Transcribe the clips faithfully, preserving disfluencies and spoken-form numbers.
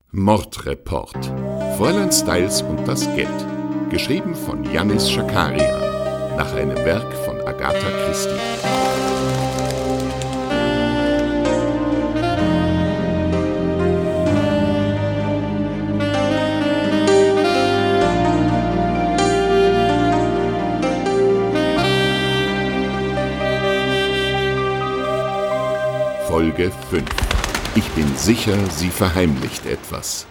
Mordreport. Fräulein Styles und das Geld. Geschrieben von Yannis Schakaria. Nach einem Werk von Agatha Christie. Folge fünf. Ich bin sicher, sie verheimlicht etwas.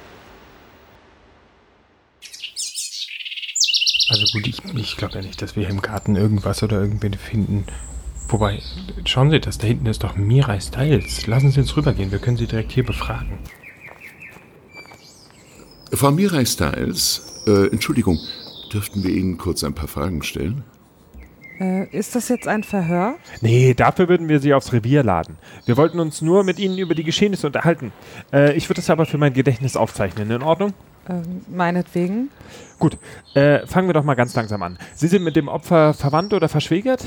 Also gut, ich, ich glaube ja nicht, dass wir hier im Garten irgendwas oder irgendwen finden. Wobei, schauen Sie, das da hinten ist doch Mirai Styles. Lassen Sie uns rübergehen, wir können sie direkt hier befragen. Frau Mirai Styles, äh, Entschuldigung, dürften wir Ihnen kurz ein paar Fragen stellen? Äh, ist das jetzt ein Verhör? Nee, dafür würden wir Sie aufs Revier laden. Wir wollten uns nur mit Ihnen über die Geschehnisse unterhalten. Äh, ich würde das aber für mein Gedächtnis aufzeichnen. In Ordnung? Ähm, meinetwegen. Gut, äh, fangen wir doch mal ganz langsam an. Sie sind mit dem Opfer verwandt oder verschwägert?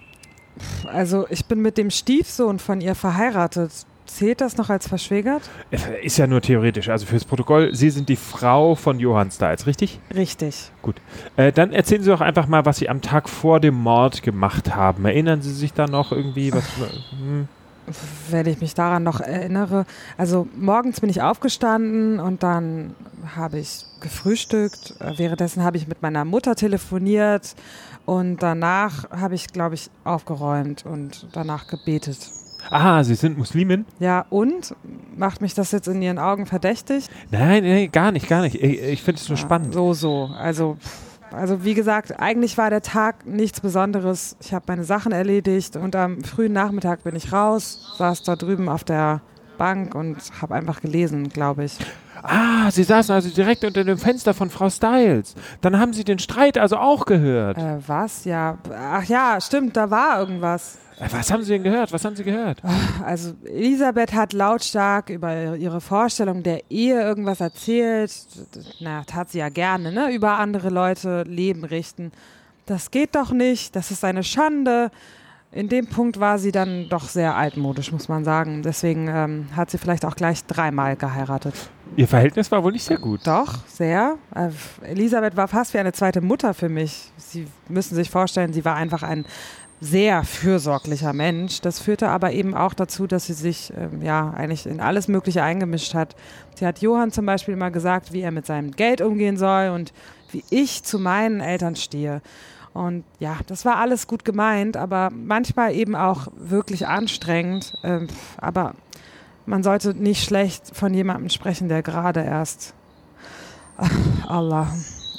Also, ich bin mit dem Stiefsohn von ihr verheiratet. Zählt das noch als verschwägert? Ist ja nur theoretisch. Also fürs Protokoll, Sie sind die Frau von Johann Styles, richtig? Richtig. Gut. Äh, dann erzählen Sie doch einfach mal, was Sie am Tag vor dem Mord gemacht haben. Erinnern Sie sich da noch irgendwie? Was, hm? Wenn ich mich daran noch erinnere. Also morgens bin ich aufgestanden und dann habe ich gefrühstückt. Währenddessen habe ich mit meiner Mutter telefoniert und danach habe ich, glaube ich, aufgeräumt und danach gebetet. Ah, Sie sind Muslimin? Ja, und? Macht mich das jetzt in Ihren Augen verdächtig? Nein, nein, gar nicht, gar nicht. Ich, ich finde es nur ja, spannend. So, so. Also, also wie gesagt, eigentlich war der Tag nichts Besonderes. Ich habe meine Sachen erledigt und am frühen Nachmittag bin ich raus, saß da drüben auf der Bank und habe einfach gelesen, glaube ich. Ah, Sie saßen also direkt unter dem Fenster von Frau Styles. Dann haben Sie den Streit also auch gehört. Äh, was? Ja. Ach ja, stimmt, da war irgendwas. Was haben Sie denn gehört? Was haben Sie gehört? Also Elisabeth hat lautstark über ihre Vorstellung der Ehe irgendwas erzählt. Na, tat sie ja gerne, ne? Über andere Leute Leben richten. Das geht doch nicht, das ist eine Schande. In dem Punkt war sie dann doch sehr altmodisch, muss man sagen. Deswegen ähm, hat sie vielleicht auch gleich dreimal geheiratet. Ihr Verhältnis war wohl nicht sehr gut. Doch, sehr. Äh, Elisabeth war fast wie eine zweite Mutter für mich. Sie müssen sich vorstellen, sie war einfach ein sehr fürsorglicher Mensch. Das führte aber eben auch dazu, dass sie sich ähm, ja eigentlich in alles Mögliche eingemischt hat. Sie hat Johann zum Beispiel immer gesagt, wie er mit seinem Geld umgehen soll und wie ich zu meinen Eltern stehe. Und ja, das war alles gut gemeint, aber manchmal eben auch wirklich anstrengend. Ähm, aber man sollte nicht schlecht von jemandem sprechen, der gerade erst... Ach, Allah,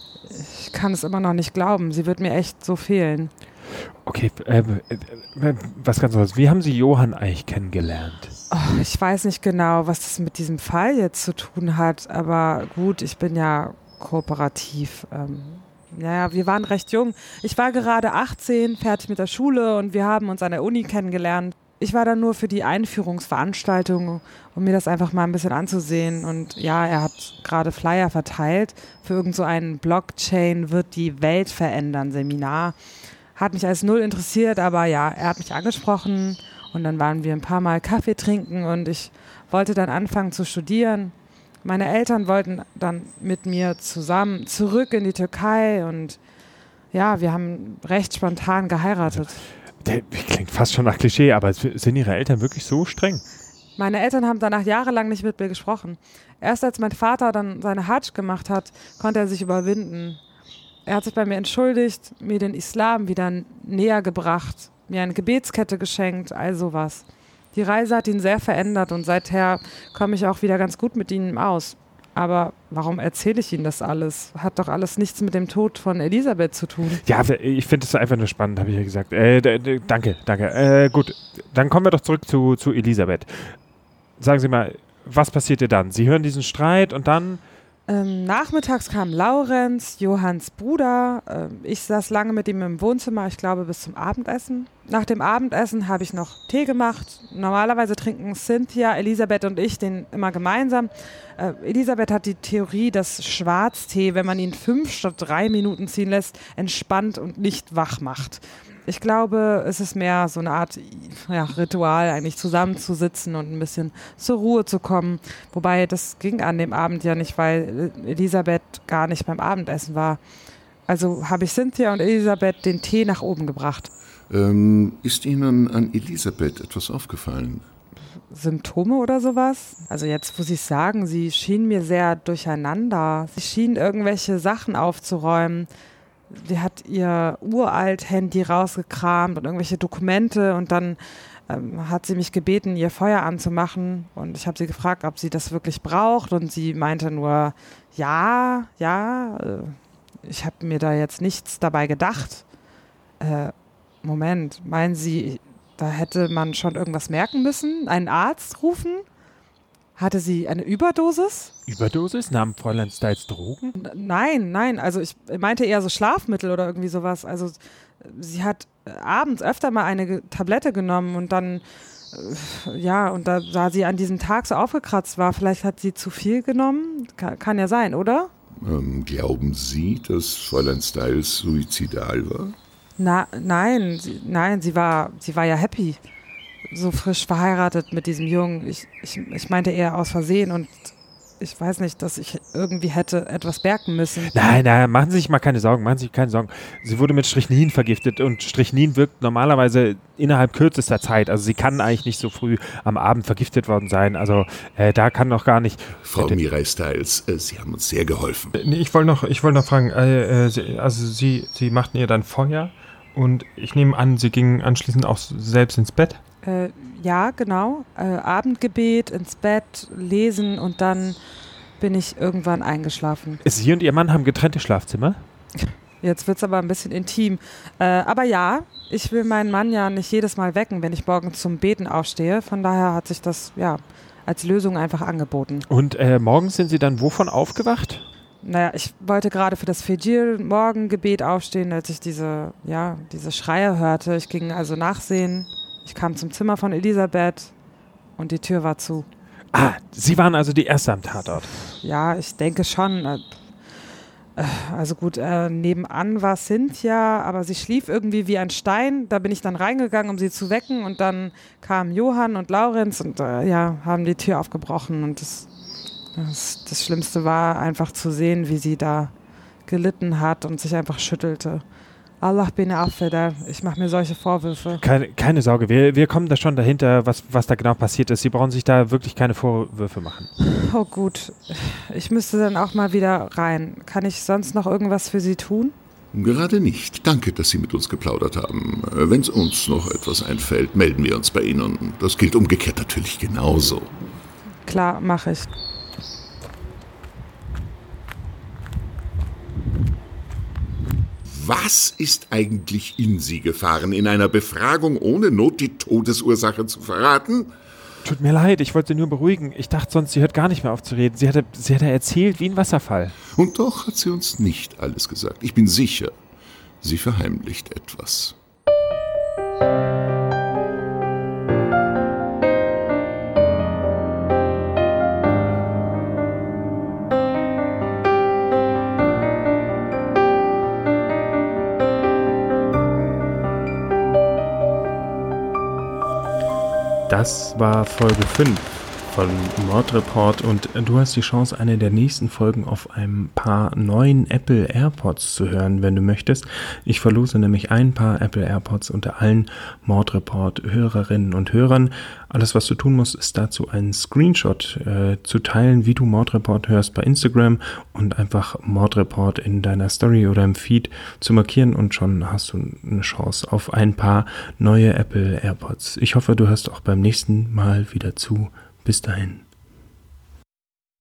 ich kann es immer noch nicht glauben. Sie wird mir echt so fehlen. Okay, äh, äh, was ganz anderes. Wie haben Sie Johann eigentlich kennengelernt? Oh, ich weiß nicht genau, was das mit diesem Fall jetzt zu tun hat, aber gut, ich bin ja kooperativ. Ähm, naja, wir waren recht jung. Ich war gerade achtzehn, fertig mit der Schule und wir haben uns an der Uni kennengelernt. Ich war dann nur für die Einführungsveranstaltung, um mir das einfach mal ein bisschen anzusehen. Und ja, er hat gerade Flyer verteilt für irgend so ein Blockchain wird die Welt verändern Seminar. Hat mich als null interessiert, aber ja, er hat mich angesprochen und dann waren wir ein paar Mal Kaffee trinken und ich wollte dann anfangen zu studieren. Meine Eltern wollten dann mit mir zusammen zurück in die Türkei und ja, wir haben recht spontan geheiratet. Der klingt fast schon nach Klischee, aber sind Ihre Eltern wirklich so streng? Meine Eltern haben danach jahrelang nicht mit mir gesprochen. Erst als mein Vater dann seine Hadsch gemacht hat, konnte er sich überwinden. Er hat sich bei mir entschuldigt, mir den Islam wieder näher gebracht, mir eine Gebetskette geschenkt, all sowas. Die Reise hat ihn sehr verändert und seither komme ich auch wieder ganz gut mit ihm aus. Aber warum erzähle ich Ihnen das alles? Hat doch alles nichts mit dem Tod von Elisabeth zu tun. Ja, ich finde es einfach nur spannend, habe ich ja gesagt. Äh, d- d- danke, danke. Äh, gut, dann kommen wir doch zurück zu, zu Elisabeth. Sagen Sie mal, was passierte dann? Sie hören diesen Streit und dann... Ähm, nachmittags kam Laurenz, Johanns Bruder. Ähm, ich saß lange mit ihm im Wohnzimmer, ich glaube bis zum Abendessen. Nach dem Abendessen habe ich noch Tee gemacht. Normalerweise trinken Cynthia, Elisabeth und ich den immer gemeinsam. Äh, Elisabeth hat die Theorie, dass Schwarztee, wenn man ihn fünf statt drei Minuten ziehen lässt, entspannt und nicht wach macht. Ich glaube, es ist mehr so eine Art ja, Ritual, eigentlich zusammenzusitzen und ein bisschen zur Ruhe zu kommen. Wobei, das ging an dem Abend ja nicht, weil Elisabeth gar nicht beim Abendessen war. Also habe ich Cynthia und Elisabeth den Tee nach oben gebracht. Ähm, ist Ihnen an Elisabeth etwas aufgefallen? Symptome oder sowas? Also jetzt, wo Sie es sagen, sie schien mir sehr durcheinander. Sie schien irgendwelche Sachen aufzuräumen. Sie hat ihr uralt Handy rausgekramt und irgendwelche Dokumente und dann ähm, hat sie mich gebeten, ihr Feuer anzumachen und ich habe sie gefragt, ob sie das wirklich braucht und sie meinte nur, ja, ja, äh, ich habe mir da jetzt nichts dabei gedacht. Äh, Moment, meinen Sie, da hätte man schon irgendwas merken müssen? Einen Arzt rufen? Hatte sie eine Überdosis? Überdosis? Nahm Fräulein Styles Drogen? N- Nein, nein, also ich meinte eher so Schlafmittel oder irgendwie sowas. Also sie hat äh, abends öfter mal eine Ge- Tablette genommen und dann, äh, ja, und da, da sie an diesem Tag so aufgekratzt war, vielleicht hat sie zu viel genommen. Ka- kann ja sein, oder? Ähm, glauben Sie, dass Fräulein Styles suizidal war? Na, nein, sie, nein, sie war, sie war ja happy. So frisch verheiratet mit diesem Jungen. Ich, ich, ich meinte eher aus Versehen und ich weiß nicht, dass ich irgendwie hätte etwas merken müssen. Nein, nein, machen Sie sich mal keine Sorgen, machen Sie sich keine Sorgen. Sie wurde mit Strychnin vergiftet und Strychnin wirkt normalerweise innerhalb kürzester Zeit. Also sie kann eigentlich nicht so früh am Abend vergiftet worden sein. Also äh, da kann noch gar nicht... Frau Mireille Styles, äh, Sie haben uns sehr geholfen. Nee, ich wollte noch, ich wollte noch fragen, äh, äh, Sie, also Sie, Sie machten ihr dann Feuer und ich nehme an, Sie gingen anschließend auch selbst ins Bett? Äh, ja, genau. Äh, Abendgebet, ins Bett, lesen und dann bin ich irgendwann eingeschlafen. Sie und Ihr Mann haben getrennte Schlafzimmer? Jetzt wird es aber ein bisschen intim. Äh, aber ja, ich will meinen Mann ja nicht jedes Mal wecken, wenn ich morgens zum Beten aufstehe. Von daher hat sich das ja als Lösung einfach angeboten. Und äh, morgens sind Sie dann wovon aufgewacht? Naja, ich wollte gerade für das Fajr-Morgengebet aufstehen, als ich diese, ja, diese Schreie hörte. Ich ging also nachsehen. Ich kam zum Zimmer von Elisabeth und die Tür war zu. Ah, Sie waren also die Erste am Tatort. Ja, ich denke schon. Äh, Also gut, äh, nebenan war Cynthia, aber sie schlief irgendwie wie ein Stein. Da bin ich dann reingegangen, um sie zu wecken und dann kamen Johann und Laurenz und äh, ja, haben die Tür aufgebrochen und das, das, das Schlimmste war einfach zu sehen, wie sie da gelitten hat und sich einfach schüttelte. Allah bin Affeder, ich mache mir solche Vorwürfe. Keine, keine Sorge, wir, wir kommen da schon dahinter, was, was da genau passiert ist. Sie brauchen sich da wirklich keine Vorwürfe machen. Oh gut, ich müsste dann auch mal wieder rein. Kann ich sonst noch irgendwas für Sie tun? Gerade nicht. Danke, dass Sie mit uns geplaudert haben. Wenn es uns noch etwas einfällt, melden wir uns bei Ihnen. Das gilt umgekehrt natürlich genauso. Klar, mache ich. Was ist eigentlich in Sie gefahren, in einer Befragung ohne Not die Todesursache zu verraten? Tut mir leid, ich wollte Sie nur beruhigen. Ich dachte sonst, sie hört gar nicht mehr auf zu reden. Sie hatte, sie hatte erzählt wie ein Wasserfall. Und doch hat sie uns nicht alles gesagt. Ich bin sicher, sie verheimlicht etwas. Das war Folge fünf von Mordreport und du hast die Chance, eine der nächsten Folgen auf ein paar neuen Apple AirPods zu hören, wenn du möchtest. Ich verlose nämlich ein paar Apple AirPods unter allen Mordreport-Hörerinnen und Hörern. Alles, was du tun musst, ist dazu einen Screenshot äh, zu teilen, wie du Mordreport hörst bei Instagram und einfach Mordreport in deiner Story oder im Feed zu markieren und schon hast du eine Chance auf ein paar neue Apple AirPods. Ich hoffe, du hörst auch beim nächsten Mal wieder zu. Bis dahin.